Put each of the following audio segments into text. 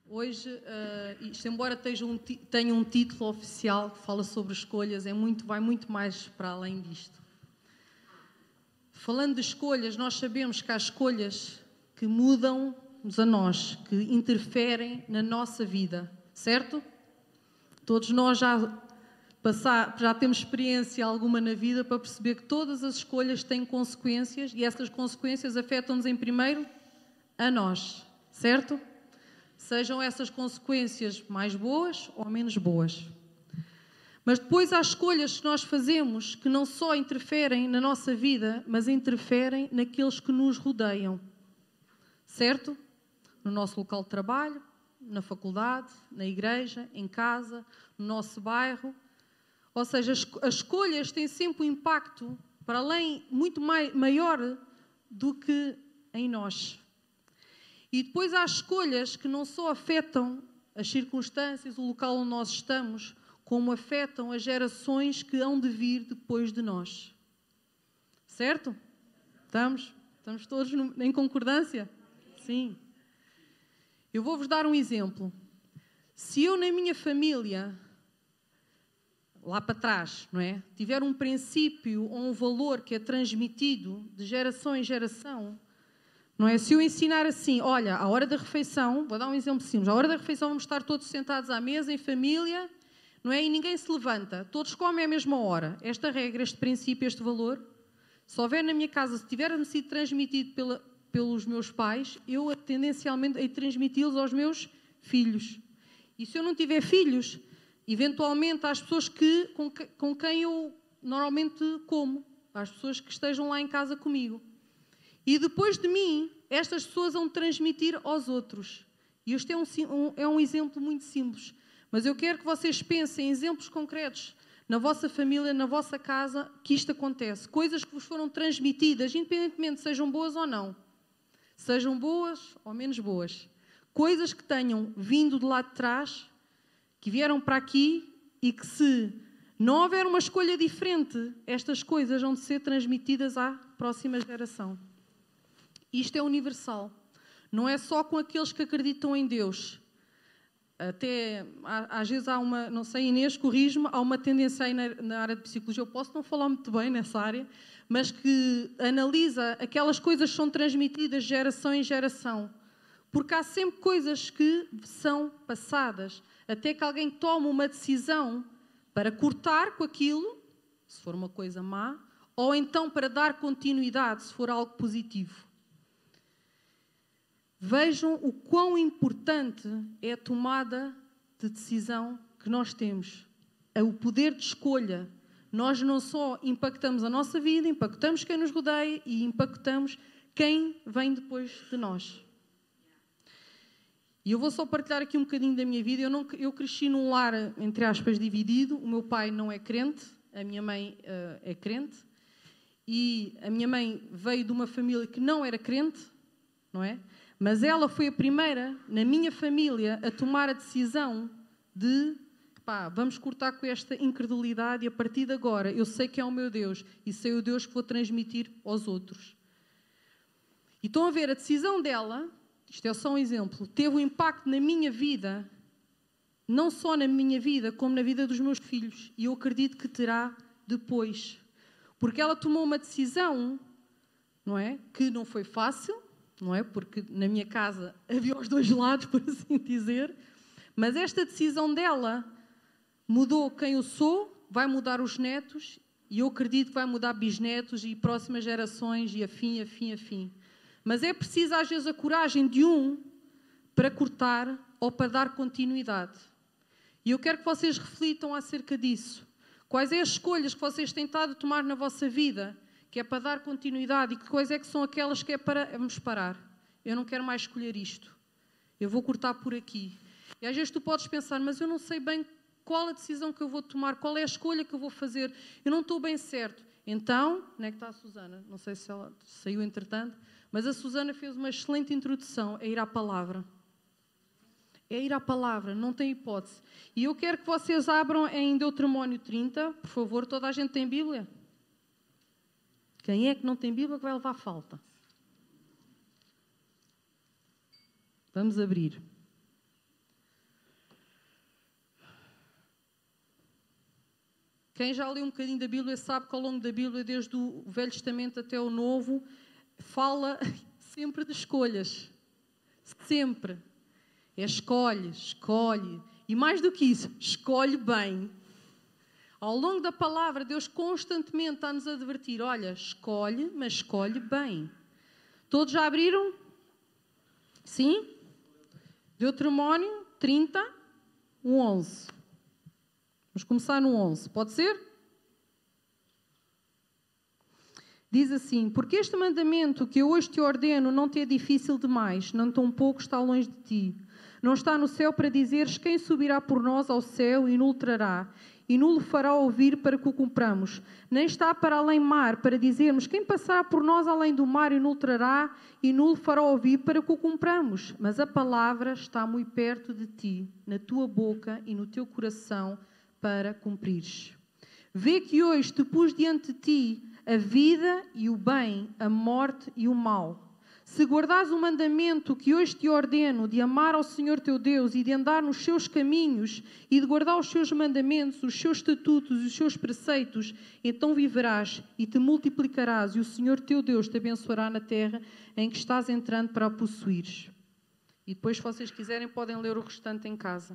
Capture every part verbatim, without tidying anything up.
Hoje, uh, isto, embora tenha um, tenha um título oficial que fala sobre escolhas, é muito, vai muito mais para além disto. Falando de escolhas, nós sabemos que há escolhas que mudam-nos a nós, que interferem na nossa vida, certo? Todos nós já, passar, já temos experiência alguma na vida para perceber que todas as escolhas têm consequências e essas consequências afetam-nos em primeiro a nós, certo? Sejam essas consequências mais boas ou menos boas. Mas depois há escolhas que nós fazemos que não só interferem na nossa vida, mas interferem naqueles que nos rodeiam. Certo? No nosso local de trabalho, na faculdade, na igreja, em casa, no nosso bairro. Ou seja, as, as escolhas têm sempre um impacto para além, muito mai, maior do que em nós. E depois há escolhas que não só afetam as circunstâncias, o local onde nós estamos, como afetam as gerações que hão de vir depois de nós. Certo? Estamos? Estamos todos em concordância? Sim. Eu vou-vos dar um exemplo. Se eu na minha família, lá para trás, não é? Tiver um princípio ou um valor que é transmitido de geração em geração, não é? Se eu ensinar assim, olha, à hora da refeição, vou dar um exemplo simples, à hora da refeição vamos estar todos sentados à mesa, em família, não é? E ninguém se levanta, todos comem à mesma hora. Esta regra, este princípio, este valor, se houver na minha casa, se tiver sido transmitido pela, pelos meus pais, eu tendencialmente hei de transmiti-los aos meus filhos. E se eu não tiver filhos, eventualmente às pessoas que, com, que, com quem eu normalmente como, às pessoas que estejam lá em casa comigo. E depois de mim, estas pessoas vão transmitir aos outros. E este é um, um, é um exemplo muito simples. Mas eu quero que vocês pensem em exemplos concretos na vossa família, na vossa casa, que isto acontece. Coisas que vos foram transmitidas, independentemente sejam boas ou não. Sejam boas ou menos boas. Coisas que tenham vindo de lá de trás, que vieram para aqui e que se não houver uma escolha diferente, estas coisas vão de ser transmitidas à próxima geração. Isto é universal. Não é só com aqueles que acreditam em Deus. Até, às vezes há uma, não sei, Inês, corrige-me, há uma tendência aí na, na área de psicologia, eu posso não falar muito bem nessa área, mas que analisa aquelas coisas que são transmitidas de geração em geração. Porque há sempre coisas que são passadas, até que alguém toma uma decisão para cortar com aquilo, se for uma coisa má, ou então para dar continuidade, se for algo positivo. Vejam o quão importante é a tomada de decisão que nós temos. O poder de escolha. Nós não só impactamos a nossa vida, impactamos quem nos rodeia e impactamos quem vem depois de nós. E eu vou só partilhar aqui um bocadinho da minha vida. Eu, não, eu cresci num lar, entre aspas, dividido. O meu pai não é crente, a minha mãe uh, é crente. E a minha mãe veio de uma família que não era crente, não é? Mas ela foi a primeira, na minha família, a tomar a decisão de, pá, vamos cortar com esta incredulidade e a partir de agora eu sei que é o meu Deus e sei o Deus que vou transmitir aos outros. E estão a ver, a decisão dela, isto é só um exemplo, teve um impacto na minha vida, não só na minha vida, como na vida dos meus filhos. E eu acredito que terá depois. Porque ela tomou uma decisão, não é? Que não foi fácil, não é? Porque na minha casa havia os dois lados, por assim dizer. Mas esta decisão dela mudou quem eu sou, vai mudar os netos e eu acredito que vai mudar bisnetos e próximas gerações e afim, afim, afim. Mas é preciso às vezes a coragem de um para cortar ou para dar continuidade. E eu quero que vocês reflitam acerca disso. Quais é as escolhas que vocês têm estado a tomar na vossa vida, que é para dar continuidade, e que coisas é que são aquelas que é para vamos parar. Eu não quero mais escolher isto. Eu vou cortar por aqui. E às vezes tu podes pensar, mas eu não sei bem qual a decisão que eu vou tomar, qual é a escolha que eu vou fazer. Eu não estou bem certo. Então, onde é que está a Susana? Não sei se ela saiu entretanto, mas a Susana fez uma excelente introdução a ir à palavra. É ir à palavra, não tem hipótese. E eu quero que vocês abram em Deuteronômio trinta, por favor. Toda a gente tem Bíblia? Quem é que não tem Bíblia que vai levar falta? Vamos abrir. Quem já leu um bocadinho da Bíblia sabe que ao longo da Bíblia, desde o Velho Testamento até o Novo, fala sempre de escolhas. Sempre. É escolhe, escolhe. E mais do que isso, escolhe bem. Ao longo da palavra, Deus constantemente está-nos a advertir. Olha, escolhe, mas escolhe bem. Todos já abriram? Sim? Deuteronômio trinta, o onze. Vamos começar no onze. Pode ser? Diz assim: porque este mandamento que eu hoje te ordeno não te é difícil demais, não tão pouco está longe de ti. Não está no céu para dizeres quem subirá por nós ao céu e nulo trará, e nulo fará ouvir para que o cumpramos. Nem está para além mar para dizermos quem passará por nós além do mar e nulo trará, e nulo fará ouvir para que o cumpramos. Mas a palavra está muito perto de ti, na tua boca e no teu coração, para cumprires. Vê que hoje te pus diante de ti a vida e o bem, a morte e o mal. Se guardares o mandamento que hoje te ordeno de amar ao Senhor teu Deus e de andar nos seus caminhos e de guardar os seus mandamentos, os seus estatutos e os seus preceitos, então viverás e te multiplicarás e o Senhor teu Deus te abençoará na terra em que estás entrando para a possuires. E depois, se vocês quiserem, podem ler o restante em casa.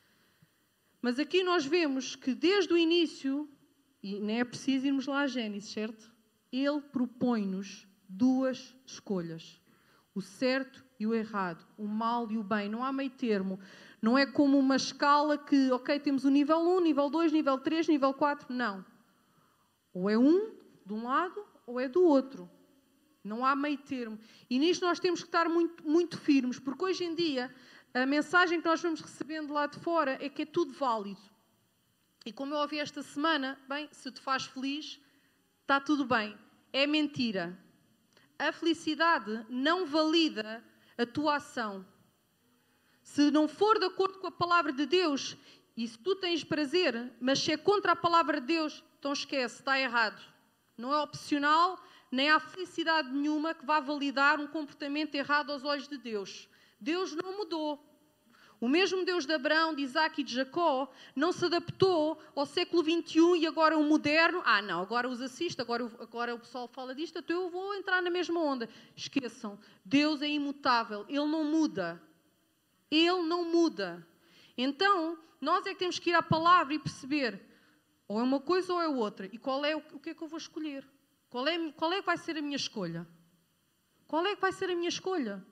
Mas aqui nós vemos que desde o início, e nem é preciso irmos lá a Gênesis, certo? Ele propõe-nos duas escolhas. O certo e o errado. O mal e o bem. Não há meio termo. Não é como uma escala que, ok, temos o nível um, nível dois, nível três, nível quatro. Não. Ou é um de um lado ou é do outro. Não há meio termo. E nisto nós temos que estar muito, muito firmes, porque hoje em dia a mensagem que nós vamos recebendo lá de fora é que é tudo válido. E como eu ouvi esta semana, bem, se te faz feliz, está tudo bem. É mentira. A felicidade não valida a tua ação. Se não for de acordo com a palavra de Deus, e se tu tens prazer, mas se é contra a palavra de Deus, então esquece, está errado. Não é opcional, nem há felicidade nenhuma que vá validar um comportamento errado aos olhos de Deus. Deus não mudou. O mesmo Deus de Abraão, de Isaac e de Jacó não se adaptou ao século vinte e um e agora o moderno. Ah, não, agora usa-se isto, agora, agora o pessoal fala disto, então eu vou entrar na mesma onda. Esqueçam, Deus é imutável, Ele não muda. Ele não muda. Então, nós é que temos que ir à palavra e perceber ou é uma coisa ou é outra. E qual é o, o que é que eu vou escolher? Qual é, qual é que vai ser a minha escolha? Qual é que vai ser a minha escolha?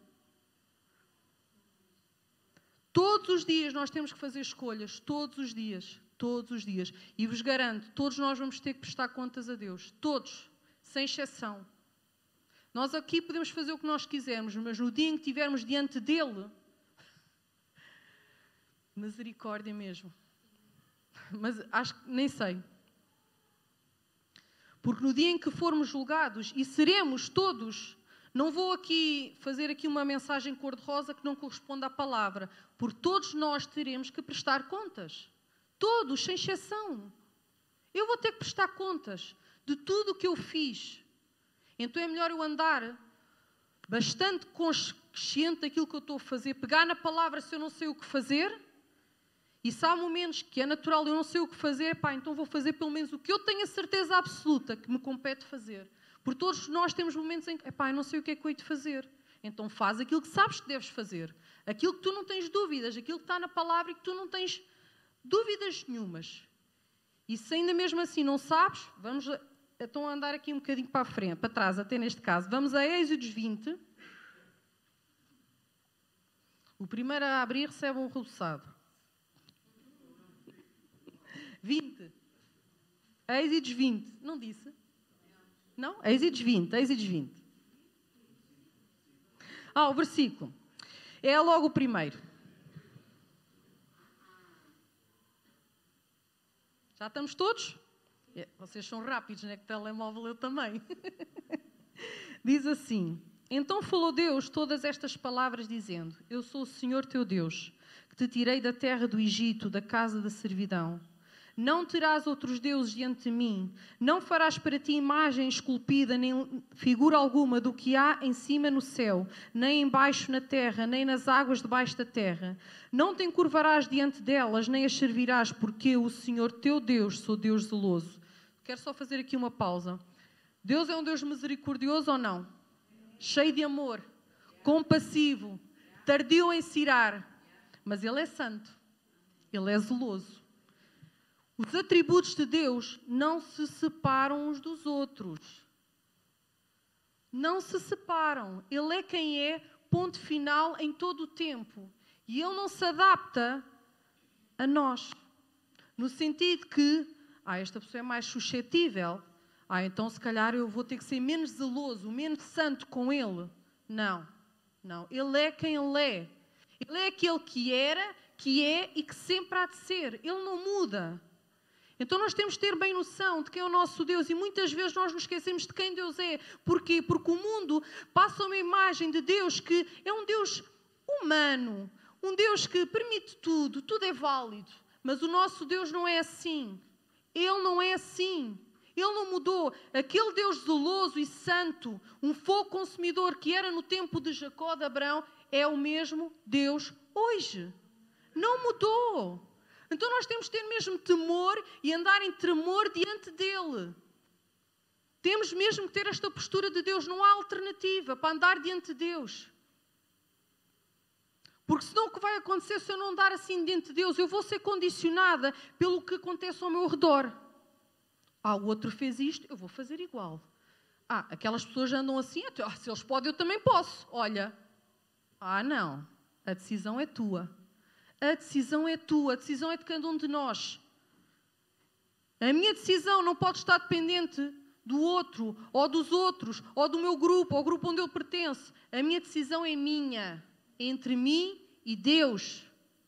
Todos os dias nós temos que fazer escolhas, todos os dias, todos os dias. E vos garanto, todos nós vamos ter que prestar contas a Deus. Todos, sem exceção. Nós aqui podemos fazer o que nós quisermos, mas no dia em que estivermos diante dEle, misericórdia mesmo. Mas acho que nem sei. Porque no dia em que formos julgados, e seremos todos... Não vou aqui fazer aqui uma mensagem cor-de-rosa que não corresponde à palavra, porque todos nós teremos que prestar contas. Todos, sem exceção. Eu vou ter que prestar contas de tudo o que eu fiz. Então é melhor eu andar bastante consciente daquilo que eu estou a fazer, pegar na palavra se eu não sei o que fazer, e se há momentos que é natural eu não sei o que fazer, pá, então vou fazer pelo menos o que eu tenho a certeza absoluta que me compete fazer. Porque todos nós temos momentos em que, epá, eu não sei o que é que eu hei de fazer. Então faz aquilo que sabes que deves fazer. Aquilo que tu não tens dúvidas, aquilo que está na palavra e que tu não tens dúvidas nenhumas. E se ainda mesmo assim não sabes, vamos a, então andar aqui um bocadinho para a frente, para trás, até neste caso. Vamos a Êxodos vinte. O primeiro a abrir recebe um roçado. vinte. Êxodos vinte. Não disse? Não? Êxodos vinte, Êxodos vinte. Ah, o versículo. É logo o primeiro. Já estamos todos? Vocês são rápidos, não é? Que telemóvel eu também. Diz assim: então falou Deus todas estas palavras, dizendo: eu sou o Senhor teu Deus, que te tirei da terra do Egito, da casa da servidão. Não terás outros deuses diante de mim. Não farás para ti imagem esculpida, nem figura alguma do que há em cima no céu, nem embaixo na terra, nem nas águas debaixo da terra. Não te encurvarás diante delas, nem as servirás, porque eu, o Senhor teu Deus, sou Deus zeloso. Quero só fazer aqui uma pausa. Deus é um Deus misericordioso ou não? Cheio de amor, compassivo, tardio em se irar, mas Ele é santo, Ele é zeloso. Os atributos de Deus não se separam uns dos outros. Não se separam. Ele é quem é, ponto final, em todo o tempo. E Ele não se adapta a nós. No sentido que, ah, esta pessoa é mais suscetível, ah, então se calhar eu vou ter que ser menos zeloso, menos santo com Ele. Não, não. Ele é quem Ele é. Ele é aquele que era, que é e que sempre há de ser. Ele não muda. Então nós temos de ter bem noção de quem é o nosso Deus e muitas vezes nós nos esquecemos de quem Deus é. Porquê? Porque o mundo passa uma imagem de Deus que é um Deus humano, um Deus que permite tudo, tudo é válido. Mas o nosso Deus não é assim. Ele não é assim. Ele não mudou. Aquele Deus zeloso e santo, um fogo consumidor que era no tempo de Jacó, de Abraão, é o mesmo Deus hoje. Não mudou. Então nós temos de ter mesmo temor e andar em tremor diante dEle. Temos mesmo que ter esta postura de Deus. Não há alternativa para andar diante de Deus. Porque senão o que vai acontecer se eu não andar assim diante de Deus? Eu vou ser condicionada pelo que acontece ao meu redor. Ah, o outro fez isto, eu vou fazer igual. Ah, aquelas pessoas andam assim, ah, se eles podem, eu também posso. Olha, ah não, a decisão é tua. A decisão é tua, a decisão é de cada um de nós. A minha decisão não pode estar dependente do outro, ou dos outros, ou do meu grupo, ou do grupo onde eu pertenço. A minha decisão é minha, entre mim e Deus.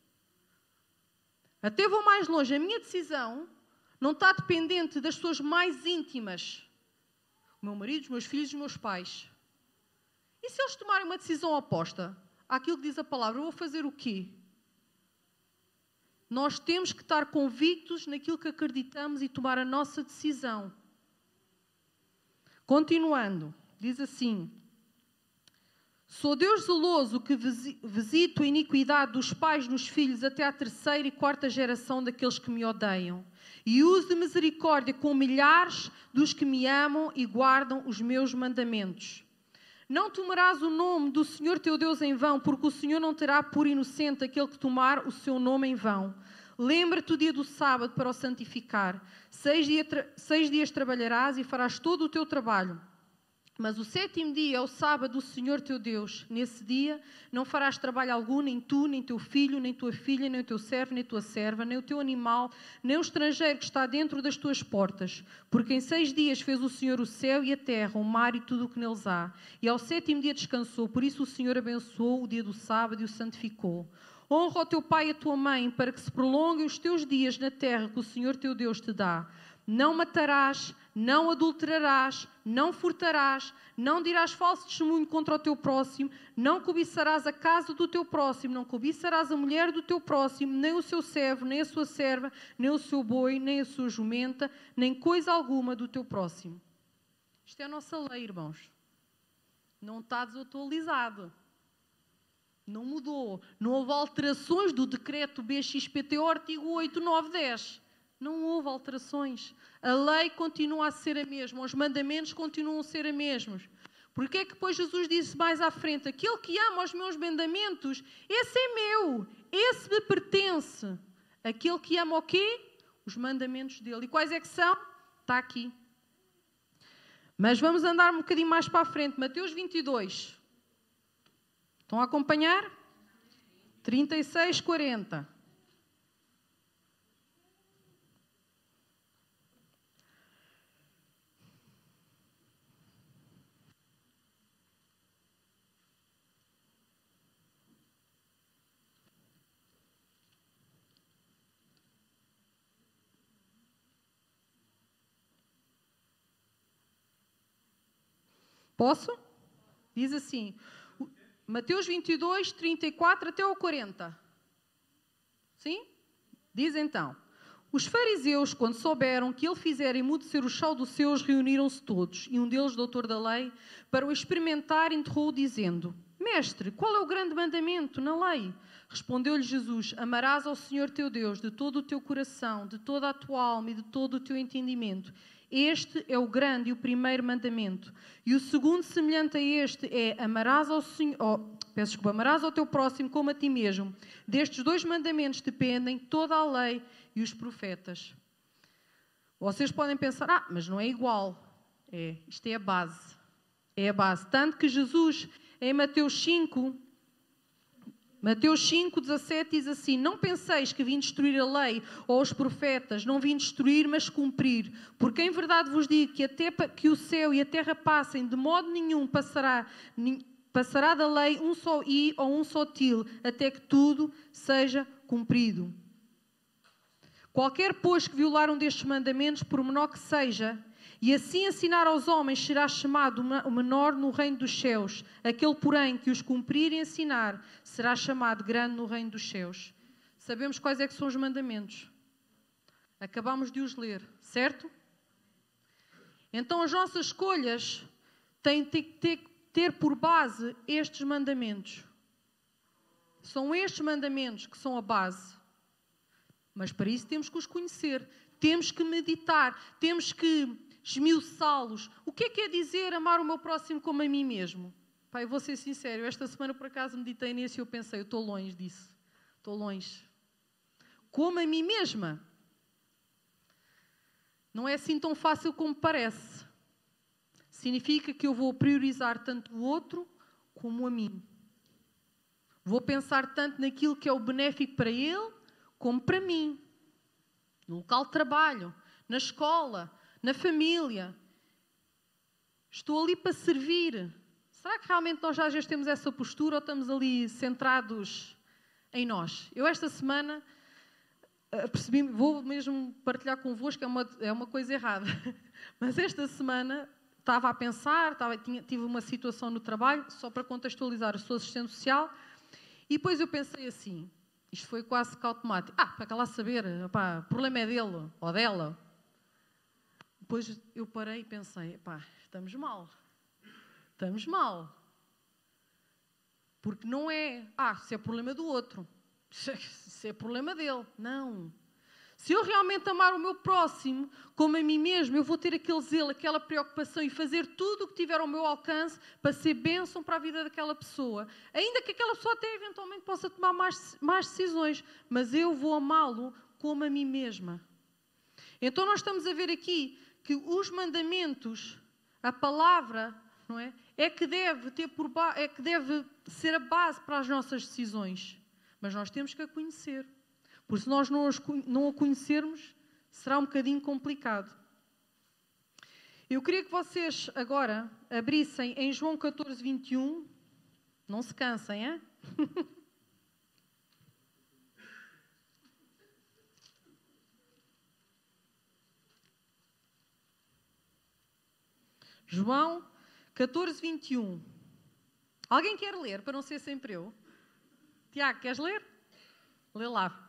Até vou mais longe, a minha decisão não está dependente das pessoas mais íntimas. O meu marido, os meus filhos e os meus pais. E se eles tomarem uma decisão oposta àquilo que diz a palavra, eu vou fazer o quê? Nós temos que estar convictos naquilo que acreditamos e tomar a nossa decisão. Continuando, diz assim: sou Deus zeloso que visito a iniquidade dos pais nos filhos até à terceira e quarta geração daqueles que me odeiam. E uso de misericórdia com milhares dos que me amam e guardam os meus mandamentos. Não tomarás o nome do Senhor teu Deus em vão, porque o Senhor não terá por inocente aquele que tomar o seu nome em vão. Lembra-te o dia do sábado para o santificar. Seis, dia tra- seis dias trabalharás e farás todo o teu trabalho. Mas o sétimo dia é o sábado do Senhor teu Deus. Nesse dia não farás trabalho algum, nem tu, nem teu filho, nem tua filha, nem o teu servo, nem tua serva, nem o teu animal, nem o estrangeiro que está dentro das tuas portas. Porque em seis dias fez o Senhor o céu e a terra, o mar e tudo o que neles há. E ao sétimo dia descansou. Por isso o Senhor abençoou o dia do sábado e o santificou. Honra o teu pai e a tua mãe, para que se prolonguem os teus dias na terra que o Senhor teu Deus te dá. Não matarás, não adulterarás, não furtarás, não dirás falso testemunho contra o teu próximo, não cobiçarás a casa do teu próximo, não cobiçarás a mulher do teu próximo, nem o seu servo, nem a sua serva, nem o seu boi, nem a sua jumenta, nem coisa alguma do teu próximo. Isto é a nossa lei, irmãos. Não está desatualizado. Não mudou. Não houve alterações do decreto B X P T O, artigo oito, nove, dez. Não houve alterações. A lei continua a ser a mesma. Os mandamentos continuam a ser a mesmos. Porque é que depois Jesus disse mais à frente: aquele que ama os meus mandamentos, esse é meu. Esse me pertence. Aquele que ama o quê? Os mandamentos dele. E quais é que são? Está aqui. Mas vamos andar um bocadinho mais para a frente. Mateus vinte e dois. Estão a acompanhar? trinta e seis, quarenta. Posso? Diz assim, Mateus vinte e dois, trinta e quatro até ao quarenta. Sim? Diz então: Os fariseus, quando souberam que ele fizera emudecer os saduceus, reuniram-se todos, e um deles, doutor da lei, para o experimentar, interrogou dizendo: Mestre, qual é o grande mandamento na lei? Respondeu-lhe Jesus: Amarás ao Senhor teu Deus de todo o teu coração, de toda a tua alma e de todo o teu entendimento. Este é o grande e o primeiro mandamento. E o segundo, semelhante a este, é: Amarás ao Senhor, oh, peço desculpa, amarás ao teu próximo como a ti mesmo. Destes dois mandamentos dependem toda a lei e os profetas. Vocês podem pensar: ah, mas não é igual. É, isto é a base. É a base. Tanto que Jesus, em Mateus cinco, Mateus cinco, dezassete, diz assim: Não penseis que vim destruir a lei ou os profetas, não vim destruir, mas cumprir. Porque em verdade vos digo que até que o céu e a terra passem, de modo nenhum passará, passará da lei um só i ou um só til, até que tudo seja cumprido. Qualquer, pois, que violar um destes mandamentos, por menor que seja, e assim ensinar aos homens, será chamado o menor no reino dos céus. Aquele, porém, que os cumprir e ensinar, será chamado grande no reino dos céus. Sabemos quais é que são os mandamentos. Acabamos de os ler, certo? Então as nossas escolhas têm que ter, ter por base estes mandamentos. São estes mandamentos que são a base. Mas para isso temos que os conhecer, temos que meditar, temos que esmiuçá-los. O que é que é dizer amar o meu próximo como a mim mesmo? Pai, eu vou ser sincero, esta semana por acaso meditei nisso e eu pensei: eu estou longe disso, estou longe. Como a mim mesma. Não é assim tão fácil como parece. Significa que eu vou priorizar tanto o outro como a mim. Vou pensar tanto naquilo que é o benéfico para ele como para mim, no local de trabalho, na escola, na família. Estou ali para servir. Será que realmente nós às vezes temos essa postura ou estamos ali centrados em nós? Eu esta semana percebi, vou mesmo partilhar convosco, que é uma, é uma coisa errada, mas esta semana estava a pensar, estava, tinha, tive uma situação no trabalho, só para contextualizar, eu sou assistente social, e depois eu pensei assim, isto foi quase que automático. Ah, para cá lá saber, opá, o problema é dele ou dela. Depois eu parei e pensei, pá, estamos mal. Estamos mal. Porque não é, ah, se é problema do outro. Se é problema dele. Não. Se eu realmente amar o meu próximo como a mim mesmo, eu vou ter aquele zelo, aquela preocupação e fazer tudo o que tiver ao meu alcance para ser bênção para a vida daquela pessoa. Ainda que aquela pessoa até eventualmente possa tomar mais, mais decisões, mas eu vou amá-lo como a mim mesma. Então nós estamos a ver aqui que os mandamentos, a palavra, não é, é que deve ter por ba- é que deve ser a base para as nossas decisões. Mas nós temos que a conhecer. Porque se nós não, os, não a conhecermos, será um bocadinho complicado. Eu queria que vocês agora abrissem em João catorze, vinte e um. Não se cansem, é? João catorze, vinte e um. Alguém quer ler, para não ser sempre eu? Tiago, queres ler? Lê lá.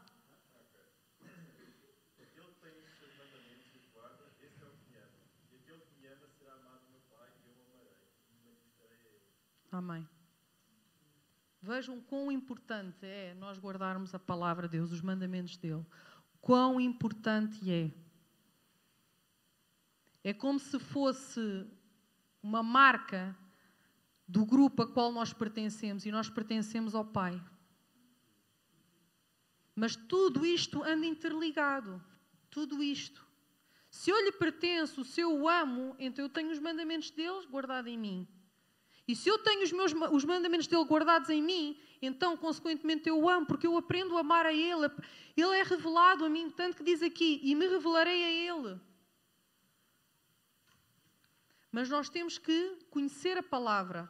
Amém. Vejam quão importante é nós guardarmos a palavra de Deus, os mandamentos dele. Quão importante é. É como se fosse uma marca do grupo a qual nós pertencemos, e nós pertencemos ao Pai. Mas tudo isto anda interligado. Tudo isto. Se eu lhe pertenço, se eu o amo, então eu tenho os mandamentos deles guardados em mim. E se eu tenho os, meus, os mandamentos dele guardados em mim, então, consequentemente, eu o amo, porque eu aprendo a amar a ele. Ele é revelado a mim, tanto que diz aqui, e me revelarei a ele. Mas nós temos que conhecer a palavra.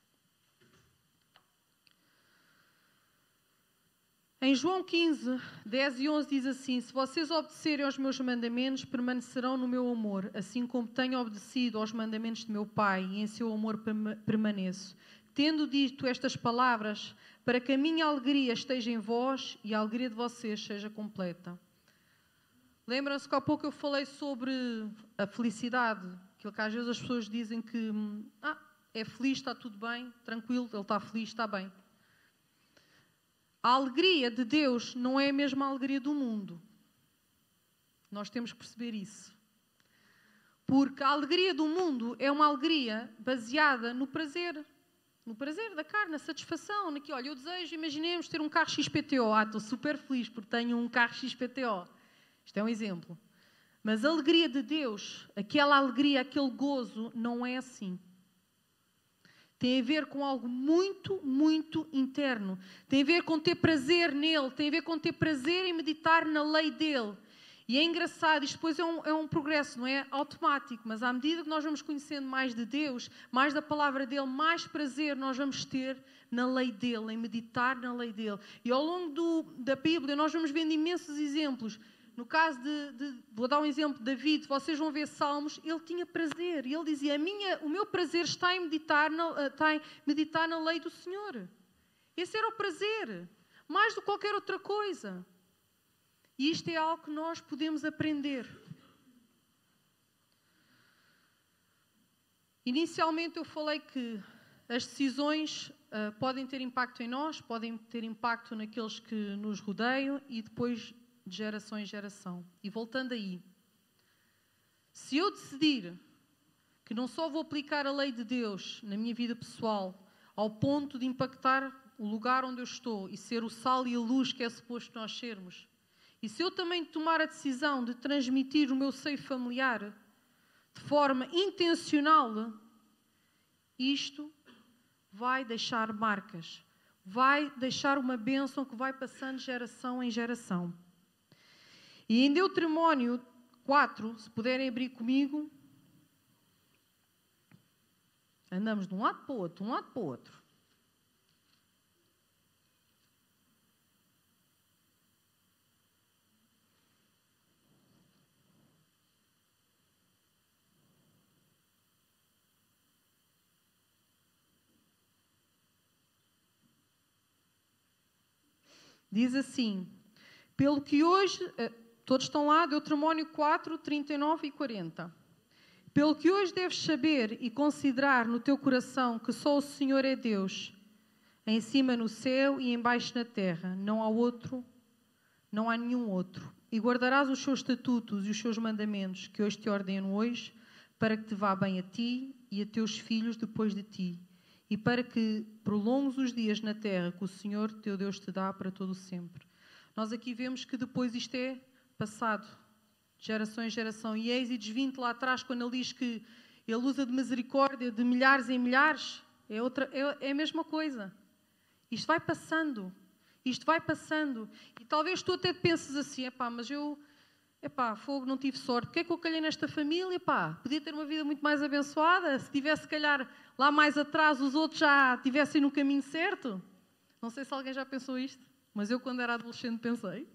Em João quinze, dez e onze diz assim: Se vocês obedecerem aos meus mandamentos, permanecerão no meu amor, assim como tenho obedecido aos mandamentos de meu Pai, e em seu amor permaneço. Tendo dito estas palavras, para que a minha alegria esteja em vós e a alegria de vocês seja completa. Lembram-se que há pouco eu falei sobre a felicidade, aquilo que às vezes as pessoas dizem que ah, é feliz, está tudo bem, tranquilo, ele está feliz, está bem. A alegria de Deus não é a mesma alegria do mundo. Nós temos que perceber isso. Porque a alegria do mundo é uma alegria baseada no prazer. No prazer da carne, na satisfação. Naquilo, olha, eu desejo, imaginemos, ter um carro X P T O. Ah, estou super feliz porque tenho um carro X P T O. Isto é um exemplo. Mas a alegria de Deus, aquela alegria, aquele gozo, não é assim. Tem a ver com algo muito, muito interno. Tem a ver com ter prazer nele. Tem a ver com ter prazer em meditar na lei dele. E é engraçado, isto depois é um, é um progresso, não é automático, mas à medida que nós vamos conhecendo mais de Deus, mais da palavra dele, mais prazer nós vamos ter na lei dele, em meditar na lei dele. E ao longo do, da Bíblia nós vamos vendo imensos exemplos. No caso de, de, vou dar um exemplo de David, vocês vão ver Salmos, ele tinha prazer. E ele dizia, a minha, o meu prazer está em, meditar na, está em meditar na lei do Senhor. Esse era o prazer, mais do que qualquer outra coisa. E isto é algo que nós podemos aprender. Inicialmente eu falei que as decisões uh, podem ter impacto em nós, podem ter impacto naqueles que nos rodeiam e depois de geração em geração. E voltando aí, se eu decidir que não só vou aplicar a lei de Deus na minha vida pessoal, ao ponto de impactar o lugar onde eu estou e ser o sal e a luz que é suposto nós sermos, e se eu também tomar a decisão de transmitir o meu seio familiar de forma intencional, isto vai deixar marcas, vai deixar uma bênção que vai passando de geração em geração. E em Deuteronômio quatro, se puderem abrir comigo, andamos de um lado para o outro, de um lado para o outro. Diz assim, pelo que hoje, todos estão lá, Deuteronômio quatro, trinta e nove e quarenta. Pelo que hoje deves saber e considerar no teu coração que só o Senhor é Deus, em cima no céu e embaixo na terra, não há outro, não há nenhum outro. E guardarás os seus estatutos e os seus mandamentos que hoje te ordeno hoje, para que te vá bem a ti e a teus filhos depois de ti, e para que prolongues os dias na terra que o Senhor teu Deus te dá para todo o sempre. Nós aqui vemos que depois isto é passado, de geração em geração. E Êxodo vinte lá atrás, quando ele diz que ele usa de misericórdia de milhares em milhares, é, outra, é, é a mesma coisa. Isto vai passando, isto vai passando. E talvez tu até penses assim, epá, mas eu, epá, fogo, não tive sorte. Porquê é que eu calhei nesta família? Epá, podia ter uma vida muito mais abençoada. Se tivesse, se calhar, lá mais atrás, os outros já estivessem no caminho certo. Não sei se alguém já pensou isto, mas eu, quando era adolescente, pensei.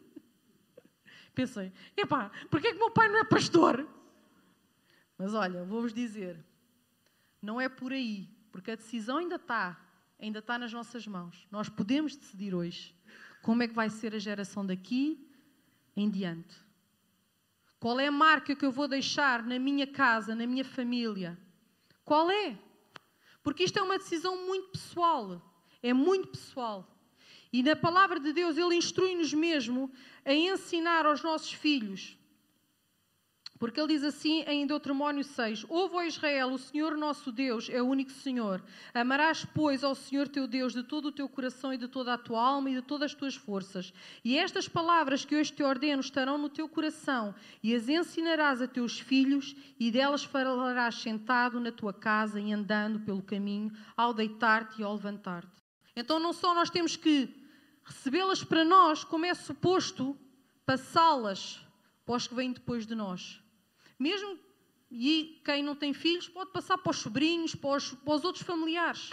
pensei, epá, porquê é que o meu pai não é pastor? Mas olha, vou-vos dizer, não é por aí, porque a decisão ainda está, ainda está nas nossas mãos. Nós podemos decidir hoje como é que vai ser a geração daqui em diante. Qual é a marca que eu vou deixar na minha casa, na minha família? Qual é? Porque isto é uma decisão muito pessoal. É muito pessoal. E na palavra de Deus, Ele instrui-nos mesmo a ensinar aos nossos filhos. Porque Ele diz assim em Deuteronômio seis, ouve, ó Israel, o Senhor nosso Deus é o único Senhor. Amarás, pois, ao Senhor teu Deus de todo o teu coração e de toda a tua alma e de todas as tuas forças. E estas palavras que hoje te ordeno estarão no teu coração e as ensinarás a teus filhos e delas falarás sentado na tua casa e andando pelo caminho ao deitar-te e ao levantar-te. Então não só nós temos que recebê-las para nós, como é suposto passá-las para os que vêm depois de nós. Mesmo, e quem não tem filhos pode passar para os sobrinhos, para os, para os outros familiares.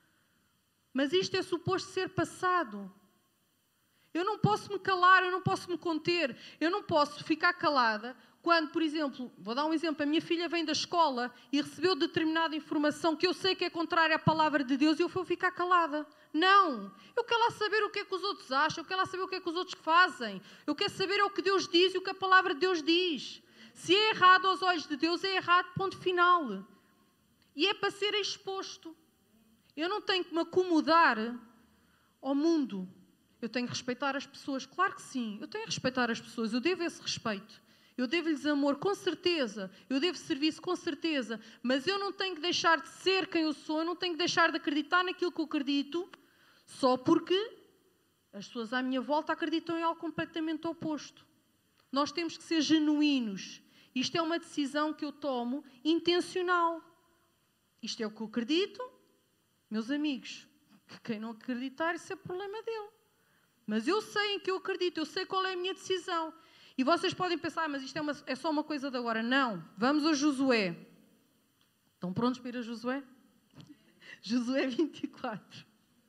Mas isto é suposto ser passado. Eu não posso me calar, eu não posso me conter, eu não posso ficar calada quando, por exemplo, vou dar um exemplo, a minha filha vem da escola e recebeu determinada informação que eu sei que é contrária à palavra de Deus e eu vou ficar calada. Não! Eu quero lá saber o que é que os outros acham, eu quero lá saber o que é que os outros fazem. Eu quero saber o que Deus diz e o que a palavra de Deus diz. Se é errado aos olhos de Deus, é errado, ponto final. E é para ser exposto. Eu não tenho que me acomodar ao mundo. Eu tenho que respeitar as pessoas. Claro que sim, eu tenho que respeitar as pessoas. Eu devo esse respeito. Eu devo-lhes amor, com certeza. Eu devo serviço, com certeza. Mas eu não tenho que deixar de ser quem eu sou. Eu não tenho que deixar de acreditar naquilo que eu acredito só porque as pessoas à minha volta acreditam em algo completamente oposto. Nós temos que ser genuínos. Isto é uma decisão que eu tomo intencional. Isto é o que eu acredito. Meus amigos, quem não acreditar, isso é problema dele. Mas eu sei em que eu acredito, eu sei qual é a minha decisão. E vocês podem pensar, mas isto é, uma, é só uma coisa de agora. Não. Vamos a Josué. Estão prontos para ir a Josué? Josué vinte e quatro.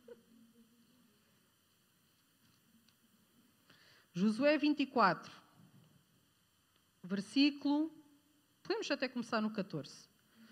Josué vinte e quatro. Versículo... Podemos até começar no catorze.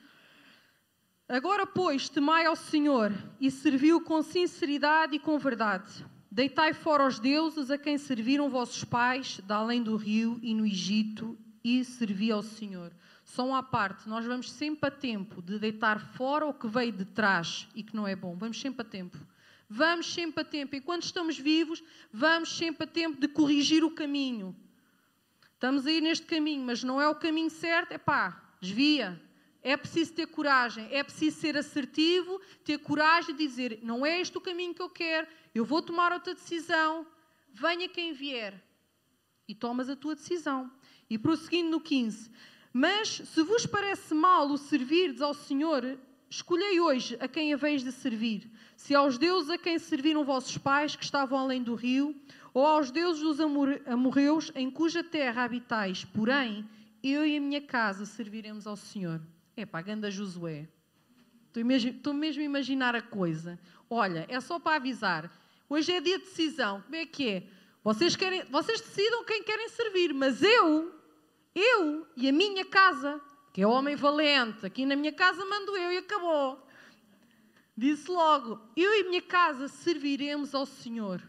Agora, pois, temai ao Senhor e serviu com sinceridade e com verdade. Deitai fora os deuses a quem serviram vossos pais, da além do rio e no Egito, e servi ao Senhor. Só uma parte, nós vamos sempre a tempo de deitar fora o que veio de trás e que não é bom. Vamos sempre a tempo. Vamos sempre a tempo. Enquanto estamos vivos, vamos sempre a tempo de corrigir o caminho. Estamos a ir neste caminho, mas não é o caminho certo. Epá, desvia. É preciso ter coragem, é preciso ser assertivo, ter coragem de dizer, não é este o caminho que eu quero, eu vou tomar outra decisão, venha quem vier. E tomas a tua decisão. E prosseguindo no quinze, mas se vos parece mal o servirdes ao Senhor, escolhei hoje a quem haveis de servir, se aos deuses a quem serviram vossos pais, que estavam além do rio, ou aos deuses dos amorreus, em cuja terra habitais, porém, eu e a minha casa serviremos ao Senhor. É pá, ganda Josué. Estou mesmo, estou mesmo a imaginar a coisa. Olha, é só para avisar. Hoje é dia de decisão. Como é que é? Vocês, querem, vocês decidam quem querem servir, mas eu, eu e a minha casa, que é homem valente, aqui na minha casa mando eu e acabou. Disse logo, eu e a minha casa serviremos ao Senhor.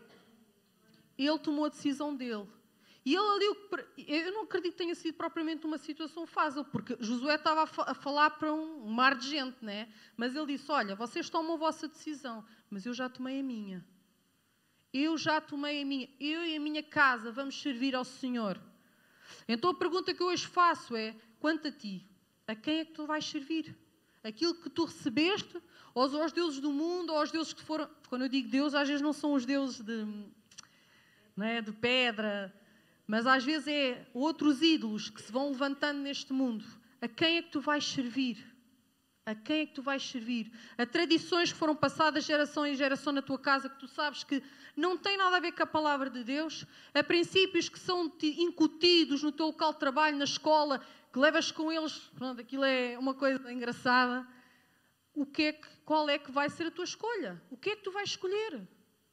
Ele tomou a decisão dele. E ele ali, eu não acredito que tenha sido propriamente uma situação fácil, porque Josué estava a falar para um mar de gente, né? Mas ele disse, olha, vocês tomam a vossa decisão, mas eu já tomei a minha. Eu já tomei a minha. Eu e a minha casa vamos servir ao Senhor. Então a pergunta que eu hoje faço é, quanto a ti, a quem é que tu vais servir? Aquilo que tu recebeste, ou aos deuses do mundo, ou aos deuses que foram... Quando eu digo Deus, às vezes não são os deuses de, não é, de pedra... Mas às vezes é outros ídolos que se vão levantando neste mundo. A quem é que tu vais servir? A quem é que tu vais servir? A tradições que foram passadas geração em geração na tua casa, que tu sabes que não tem nada a ver com a palavra de Deus. A princípios que são incutidos no teu local de trabalho, na escola, que levas com eles. Pronto, aquilo é uma coisa engraçada. O que é que, qual é que vai ser a tua escolha? O que é que tu vais escolher?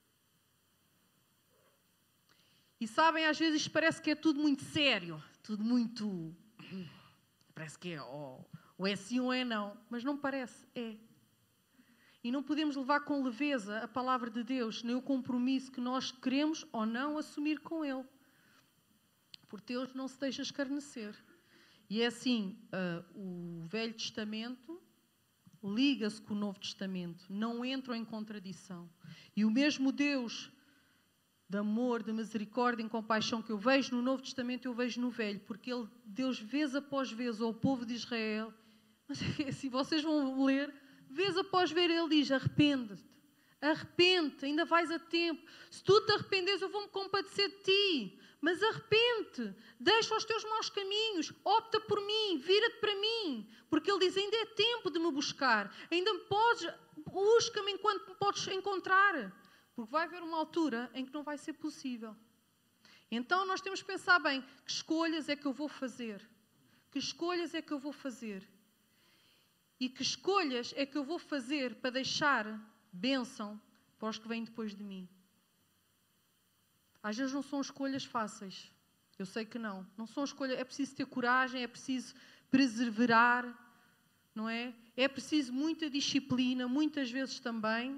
E sabem, às vezes parece que é tudo muito sério, tudo muito... Parece que é ou, ou é sim ou é não, mas não parece, é. E não podemos levar com leveza a palavra de Deus, nem o compromisso que nós queremos ou não assumir com Ele. Porque Deus não se deixa escarnecer. E é assim, uh, o Velho Testamento liga-se com o Novo Testamento, não entram em contradição. E o mesmo Deus... de amor, de misericórdia e compaixão que eu vejo no Novo Testamento, eu vejo no Velho, porque ele, Deus, vez após vez, ao povo de Israel, mas assim, vocês vão ler, vez após vez, ele diz, arrepende-te, arrepende-te, ainda vais a tempo, se tu te arrependeres, eu vou-me compadecer de ti, mas arrepende-te, deixa os teus maus caminhos, opta por mim, vira-te para mim, porque ele diz, ainda é tempo de me buscar, ainda me podes, busca-me enquanto me podes encontrar. Porque vai haver uma altura em que não vai ser possível. Então nós temos que pensar bem, que escolhas é que eu vou fazer? Que escolhas é que eu vou fazer? E que escolhas é que eu vou fazer para deixar bênção para os que vêm depois de mim? Às vezes não são escolhas fáceis. Eu sei que não. Não são escolhas. É preciso ter coragem, é preciso perseverar, não é? É preciso muita disciplina, muitas vezes também.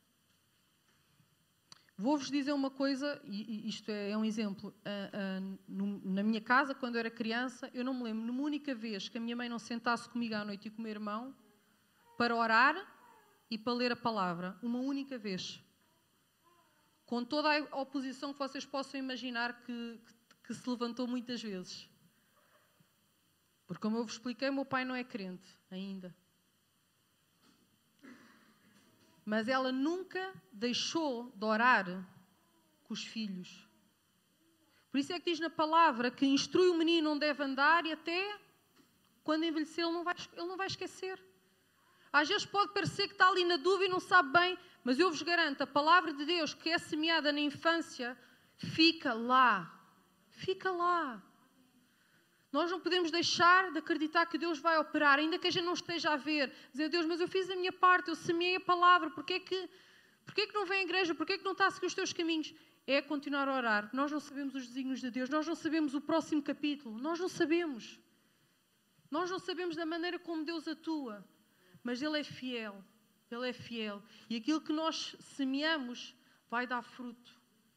Vou-vos dizer uma coisa, e isto é, é um exemplo. Uh, uh, no, na minha casa, quando eu era criança, eu não me lembro, numa única vez, que a minha mãe não sentasse comigo à noite e com o meu irmão para orar e para ler a palavra. Uma única vez. Com toda a oposição que vocês possam imaginar que, que, que se levantou muitas vezes. Porque, como eu vos expliquei, meu pai não é crente ainda. Mas ela nunca deixou de orar com os filhos. Por isso é que diz na palavra que instrui o menino onde deve andar e até quando envelhecer ele não vai, ele não vai esquecer. Às vezes pode parecer que está ali na dúvida e não sabe bem, mas eu vos garanto, a palavra de Deus que é semeada na infância, fica lá. Fica lá. Nós não podemos deixar de acreditar que Deus vai operar, ainda que a gente não esteja a ver. Dizer, Deus, mas eu fiz a minha parte, eu semeei a palavra, porquê é que, porquê é que não vem à igreja, porquê é que não está a seguir os teus caminhos? É continuar a orar. Nós não sabemos os desígnios de Deus, nós não sabemos o próximo capítulo, nós não sabemos. Nós não sabemos da maneira como Deus atua, mas Ele é fiel, Ele é fiel. E aquilo que nós semeamos vai dar fruto.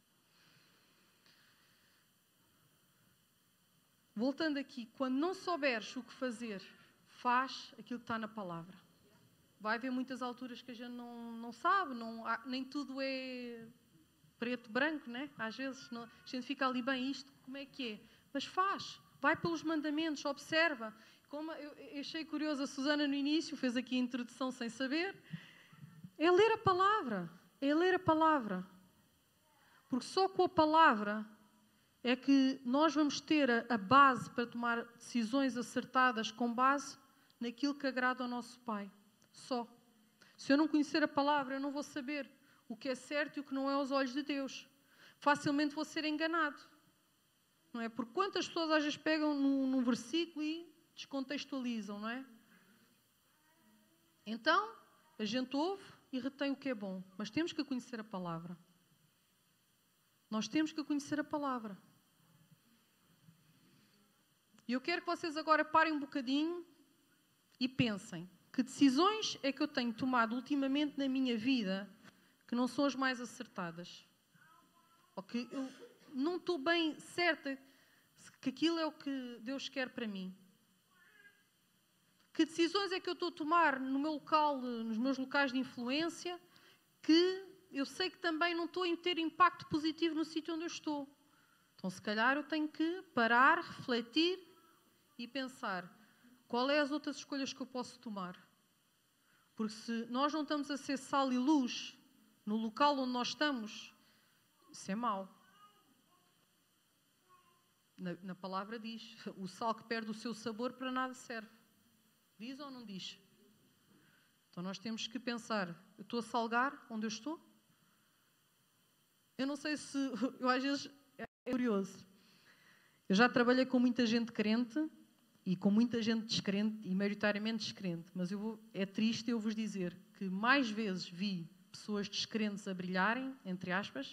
Voltando aqui, quando não souberes o que fazer, faz aquilo que está na palavra. Vai haver muitas alturas que a gente não, não sabe, não, nem tudo é preto, branco, né? Às vezes não, a gente fica ali, bem, isto como é que é? Mas faz, vai pelos mandamentos, observa. Como eu, eu achei curioso, a Susana no início fez aqui a introdução sem saber. É ler a palavra, é ler a palavra. Porque só com a palavra é que nós vamos ter a, a base para tomar decisões acertadas com base naquilo que agrada ao nosso Pai. Só. Se eu não conhecer a palavra, eu não vou saber o que é certo e o que não é aos olhos de Deus. Facilmente vou ser enganado. Não é? Porque quantas pessoas às vezes pegam num, num versículo e descontextualizam, não é? Então, a gente ouve e retém o que é bom. Mas temos que conhecer a palavra. Nós temos que conhecer a palavra. E eu quero que vocês agora parem um bocadinho e pensem que decisões é que eu tenho tomado ultimamente na minha vida que não são as mais acertadas. Ou que eu não estou bem certa que aquilo é o que Deus quer para mim. Que decisões é que eu estou a tomar no meu local, nos meus locais de influência, que eu sei que também não estou a ter impacto positivo no sítio onde eu estou. Então, se calhar, eu tenho que parar, refletir e pensar qual é as outras escolhas que eu posso tomar. Porque se nós não estamos a ser sal e luz no local onde nós estamos, isso é mau. Na, na palavra diz, o sal que perde o seu sabor para nada serve. Diz ou não diz? Então nós temos que pensar, eu estou a salgar onde eu estou? Eu não sei se, eu às vezes, é curioso. Eu já trabalhei com muita gente crente e com muita gente descrente e maioritariamente descrente, mas eu vou, é triste eu vos dizer que mais vezes vi pessoas descrentes a brilharem, entre aspas,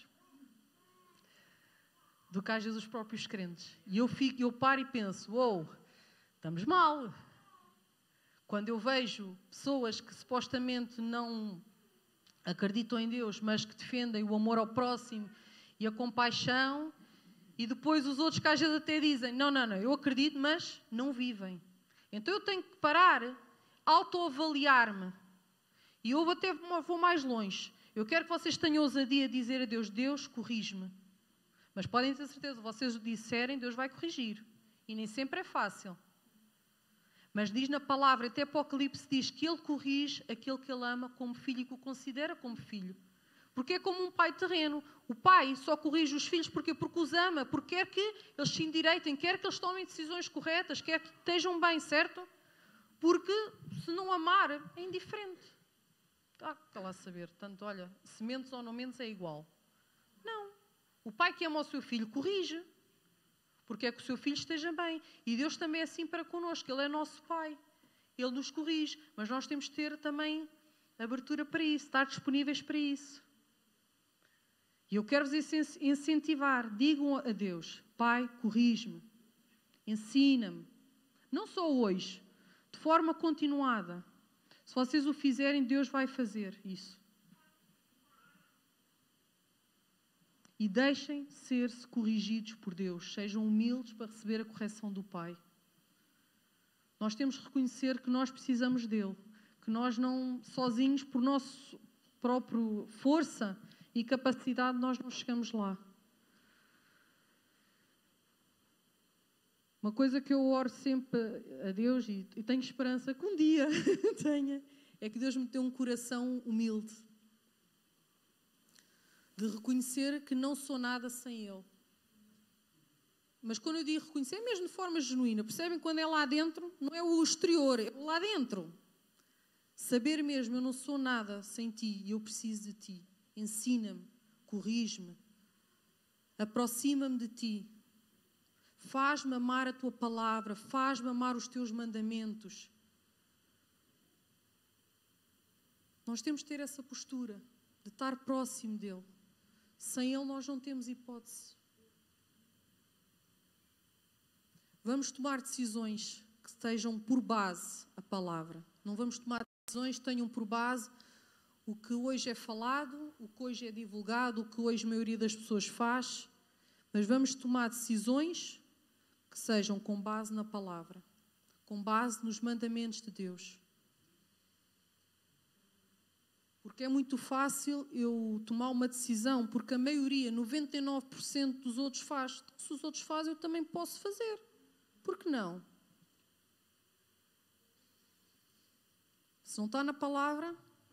do que às vezes os próprios crentes. E eu, fico, eu paro e penso, uou, wow, estamos mal. Quando eu vejo pessoas que supostamente não acreditam em Deus, mas que defendem o amor ao próximo e a compaixão, e depois os outros que às vezes até dizem, não, não, não, eu acredito, mas não vivem. Então eu tenho que parar, autoavaliar-me. E eu até vou mais longe. Eu quero que vocês tenham ousadia de dizer a Deus, Deus, corrige-me. Mas podem ter certeza, vocês o disserem, Deus vai corrigir. E nem sempre é fácil. Mas diz na palavra, até Apocalipse diz que Ele corrige aquele que Ele ama como filho e que o considera como filho. Porque é como um pai terreno. O pai só corrige os filhos porque, porque os ama, porque quer que eles se endireitem, quer que eles tomem decisões corretas, quer que estejam bem, certo? Porque se não amar, é indiferente. Ah, está lá a saber. Tanto, olha, se mentes ou não mentes é igual. Não. O pai que ama o seu filho corrige. Porque é que o seu filho esteja bem. E Deus também é assim para connosco. Ele é nosso Pai. Ele nos corrige. Mas nós temos de ter também abertura para isso. Estar disponíveis para isso. E eu quero-vos incentivar. Digam a Deus: Pai, corrige-me, ensina-me. Não só hoje, de forma continuada. Se vocês o fizerem, Deus vai fazer isso. E deixem ser-se corrigidos por Deus. Sejam humildes para receber a correção do Pai. Nós temos que reconhecer que nós precisamos dele. Que nós não, sozinhos, por nossa própria força e capacidade, nós não chegamos lá. Uma coisa que eu oro sempre a Deus, e tenho esperança que um dia tenha, é que Deus me dê um coração humilde. De reconhecer que não sou nada sem Ele. Mas quando eu digo reconhecer, é mesmo de forma genuína. Percebem? Quando é lá dentro, não é o exterior, é o lá dentro. Saber mesmo, eu não sou nada sem Ti e eu preciso de Ti. Ensina-me, corrige-me, aproxima-me de Ti. Faz-me amar a Tua palavra, faz-me amar os Teus mandamentos. Nós temos de ter essa postura de estar próximo dEle. Sem Ele nós não temos hipótese. Vamos tomar decisões que estejam por base a palavra. Não vamos tomar decisões que tenham por base o que hoje é falado, o que hoje é divulgado, o que hoje a maioria das pessoas faz. Mas vamos tomar decisões que sejam com base na palavra, com base nos mandamentos de Deus. Porque é muito fácil eu tomar uma decisão, porque a maioria, noventa e nove por cento dos outros faz. Se os outros fazem, eu também posso fazer. Por que não? Se não está na palavra,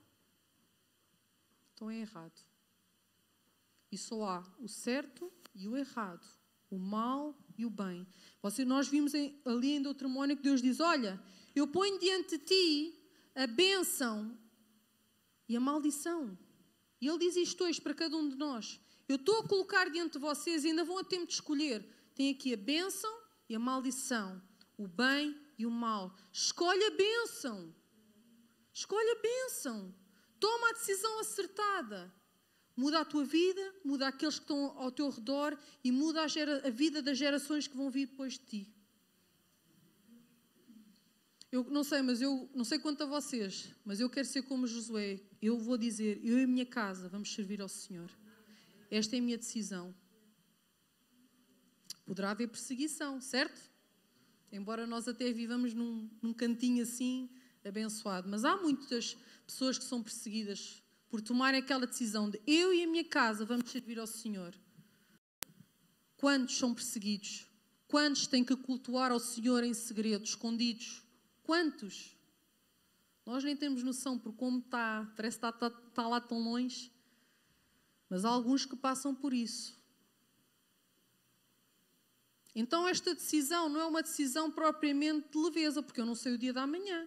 então é errado. E só há o certo e o errado, o mal e o bem. Você, nós vimos em, ali em Deuteronômio que Deus diz: olha, eu ponho diante de ti a bênção e a maldição. E Ele diz isto hoje para cada um de nós. Eu estou a colocar diante de vocês e ainda vão a tempo de escolher. Tem aqui a bênção e a maldição, o bem e o mal. Escolhe a bênção. Escolhe a bênção. Toma a decisão acertada. Muda a tua vida, muda aqueles que estão ao teu redor e muda a, gera, a vida das gerações que vão vir depois de ti. Eu não sei, mas eu não sei quanto a vocês, mas eu quero ser como Josué. Eu vou dizer, eu e a minha casa vamos servir ao Senhor. Esta é a minha decisão. Poderá haver perseguição, certo? Embora nós até vivamos num, num cantinho assim, abençoado. Mas há muitas pessoas que são perseguidas por tomarem aquela decisão de eu e a minha casa vamos servir ao Senhor. Quantos são perseguidos? Quantos têm que cultuar ao Senhor em segredo, escondidos? Quantos? Nós nem temos noção por como está, parece que está, está, está lá tão longe. Mas há alguns que passam por isso. Então esta decisão não é uma decisão propriamente de leveza, porque eu não sei o dia da manhã.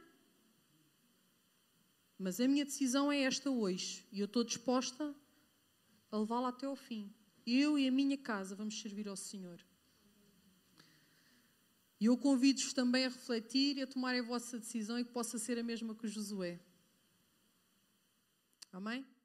Mas a minha decisão é esta hoje. E eu estou disposta a levá-la até ao fim. Eu e a minha casa vamos servir ao Senhor. E eu convido-vos também a refletir e a tomarem a vossa decisão e que possa ser a mesma que o Josué. Amém?